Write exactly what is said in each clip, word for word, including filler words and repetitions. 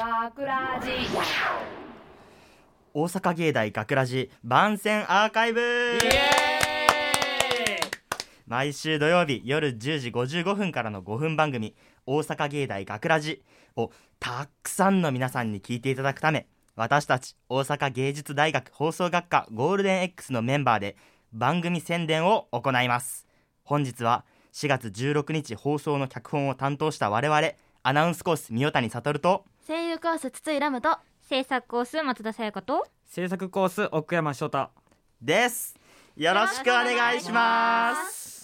学ラジ大阪芸大学ラジ番宣アーカイブ、イエーイ。毎週土曜日夜じゅうじごじゅうごふんからのごふん番組大阪芸大学ラジをたくさんの皆さんに聞いていただくため、私たち大阪芸術大学放送学科ゴールデン X のメンバーで番組宣伝を行います。本日はしがつじゅうろくにち放送の脚本を担当した我々アナウンスコース三代谷悟と声優コース筒井ラムと制作コース松田さやかと制作コース奥山翔太です。よろしくお願いします。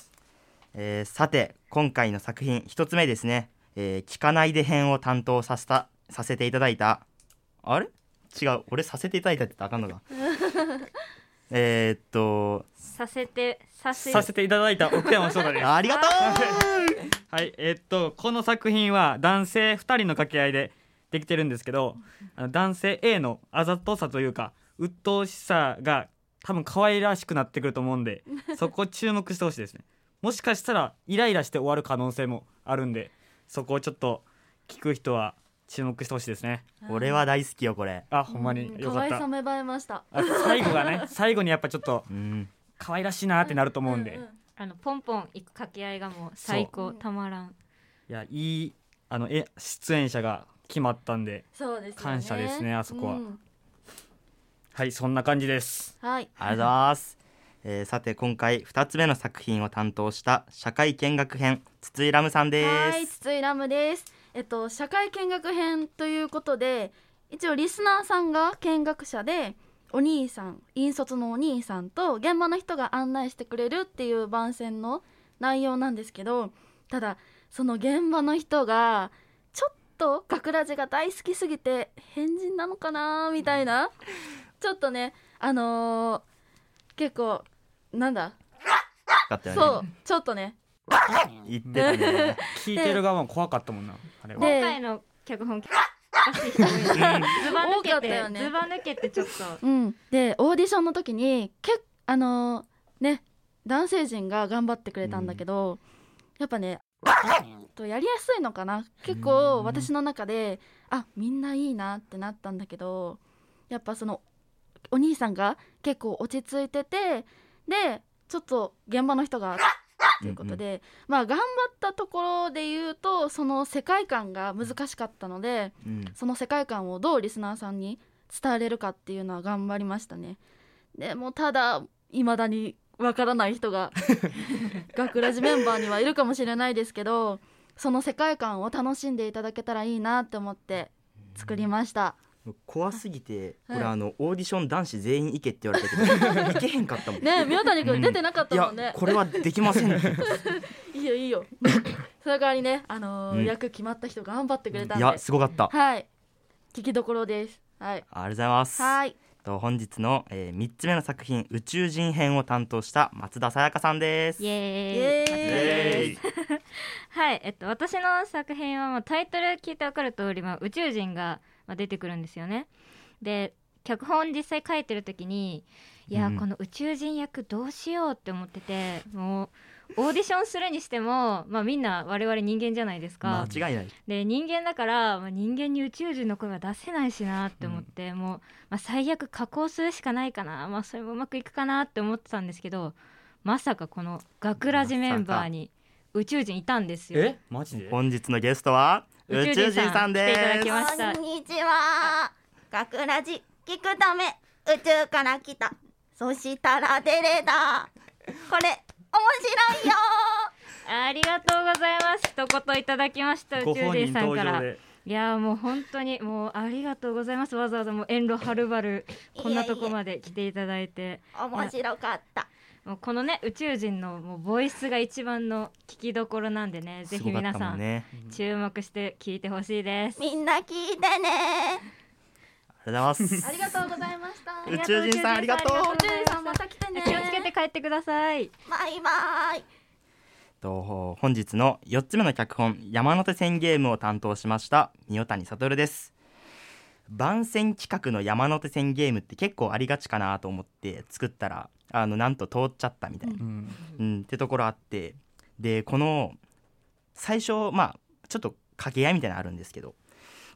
えー、さて今回の作品一つ目ですね、えー、聞かないで編を担当させたさせていただいたあれ違う俺させていただいたって言ったらあかんのかえっとさせてさせさせていただいた奥山翔太ですありがとうはいえー、っとこの作品は男性ふたりの掛け合いでできてるんですけど、あの男性 A のあざとさというか鬱陶しさが多分可愛らしくなってくると思うんでそこを注目してほしいですね。もしかしたらイライラして終わる可能性もあるんで、そこをちょっと聞く人は注目してほしいですね。 俺は大好きよこれ。 あ、ほんまによかった。 可愛さ芽生えました。 あ最後がね最後にやっぱちょっとうん可愛らしいなってなると思うんで、 うんうんあのポンポンいく掛け合いがもう最高、たまらん。 いやいいあのえ出演者が決まったんでそうですよね、 感謝ですねあそこは、 うん、 はいそんな感じです。 はいありがとうございます。えー、さて今回ふたつめの作品を担当した社会見学編筒井ラムさんです。 はい筒井ラムです。えっと社会見学編ということで、一応リスナーさんが見学者でお兄さん引率のお兄さんと現場の人が案内してくれるっていう番宣の内容なんですけど、ただその現場の人がちょっと学ラジが大好きすぎて変人なのかなみたいなちょっとねあのー、結構なんだかったよね。 そうちょっとね言ってたね聞いてる側も怖かったもんなあれは。 今回の脚本おかしい人もいるズバ抜多かけて、 ったよねズバ抜けてちょっとうんでオーディションの時にけあのー、ね男性陣が頑張ってくれたんだけど、うん、やっぱねとやりやすいのかな、結構私の中であみんないいなってなったんだけど、やっぱそのお兄さんが結構落ち着いてて、でちょっと現場の人がということで、うんうん、まあ頑張ったところで言うとその世界観が難しかったので、うん、その世界観をどうリスナーさんに伝えれるかっていうのは頑張りましたね。でもただ未だにわからない人が学ラジメンバーにはいるかもしれないですけど、その世界観を楽しんでいただけたらいいなって思って作りました。 怖すぎて、 はい、 俺あのオーディション男子全員行けって言われたけど行けへんかったもんね。宮谷君出てなかったもんね、 うん、いやこれはできませんっていいよいいよその代わりね、あのーうん、役決まった人頑張ってくれたんで、 いやすごかった。 はい聞きどころです。はい、 ありがとうございます。 はいと本日の、えー、みっつめの作品宇宙人編を担当した松田さやかさんです。 イエーイ、 イエーイはい、えっと、私の作品はもうタイトル聞いて分かる通り、まあ、宇宙人が出てくるんですよね。で脚本実際書いてる時にいや、うん、この宇宙人役どうしようって思ってて、もうオーディションするにしても、まあ、みんな我々人間じゃないですか。 間違いない。 で人間だから、まあ、人間に宇宙人の声は出せないしなって思って、うん、もう、まあ、最悪加工するしかないかな、まあ、それもうまくいくかなって思ってたんですけど、まさかこの学ラジメンバーに宇宙人いたんですよ。 えマジで？ 本日のゲストは宇宙人さんです。 来ていただきました。 こんにちは。学ラジ聞くため宇宙から来た、そしたら出れた、これ面白いよありがとうございます。一言いただきました宇宙人さんから。いやもう本当にもうありがとうございます。わざわざもう遠路はるばるこんなとこまで来ていただいて面白かった。 もうこのね宇宙人のもうボイスが一番の聞きどころなんでね、ぜひ皆さん、ね、注目して聞いてほしいです。 みんな聞いてね。 ありがとうございます。 ありがとうございました。 宇宙人さんありがとう。 宇宙人さんまた来てね。 気をつけて帰ってください。 バイバイ。 と本日のよっつめの脚本山手線ゲームを担当しました三代谷悟です。番宣企画の山手線ゲームって結構ありがちかなと思って作ったらあのなんと通っちゃったみたいな、うんうん、ってところあって、でこの最初まあちょっと掛け合いみたいなのあるんですけど、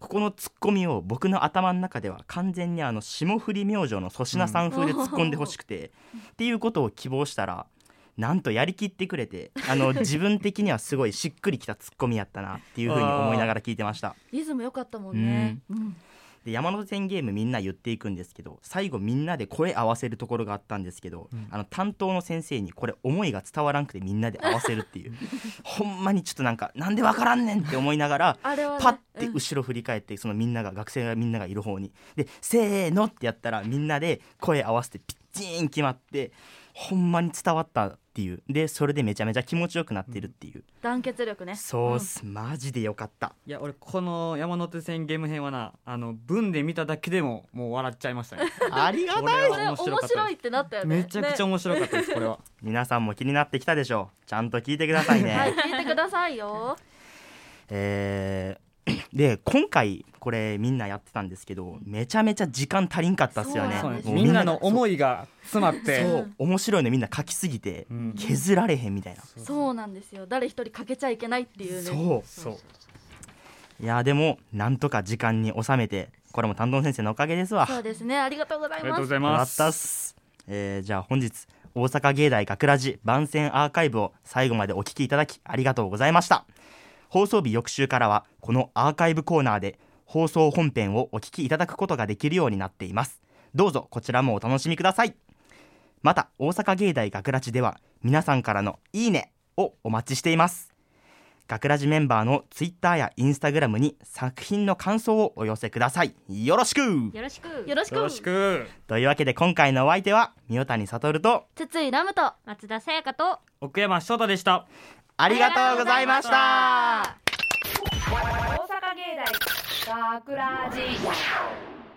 ここのツッコミを僕の頭の中では完全にあの霜降り明星の粗品さん風で突っ込んでほしくて、うん、っていうことを希望したらなんとやりきってくれて、あの自分的にはすごいしっくりきたツッコミやったなっていう風に思いながら聞いてました。 リズム良かったもんね、うんうん、 で山手線ゲームみんな言っていくんですけど、最後みんなで声合わせるところがあったんですけど、うん、あの担当の先生にこれ思いが伝わらんくてみんなで合わせるっていうほんまにちょっとなんかなんでわからんねんって思いながらあれは、ね、 パッて後ろ振り返って、そのみんなが学生がみんながいる方にでせーのってやったらみんなで声合わせてピッチーン決まってほんまに伝わったっていう、でそれでめちゃめちゃ気持ちよくなってるっていう、うん、 団結力ね。 そうっす、うん、マジでよかった。 いや俺この山手線ゲーム編はな、あの文で見ただけでももう笑っちゃいましたねありがたい。 面白いってなったよね。 めちゃくちゃ面白かったです、ね、これは皆さんも気になってきたでしょう。ちゃんと聞いてくださいねはい聞いてくださいよえーで今回これみんなやってたんですけど、めちゃめちゃ時間足りんかったっすよね。 みんなの思いが詰まってそう面白いのみんな書きすぎて削られへんみたいな、 うん、そうなんですよ。誰一人かけちゃいけないっていうね。 そうそういやでもなんとか時間に収めて、これも担当先生のおかげですわ。 そうですね、ありがとうございます。 ありがとうございます。 よかったっす、えー、じゃあ本日大阪芸大学ラジ番宣アーカイブを最後までお聞きいただきありがとうございました。放送日翌週からはこのアーカイブコーナーで放送本編をお聞きいただくことができるようになっています。どうぞこちらもお楽しみください。また大阪芸大学ラジでは皆さんからのいいねをお待ちしています。学ラジメンバーのツイッターやインスタグラムに作品の感想をお寄せください。よろしくよろしくよろしくよろしく。 というわけで今回のお相手は三谷悟と筒井ラムと松田さやかと奥山翔太でした。 ありがとうございました。 大阪芸大学ラジ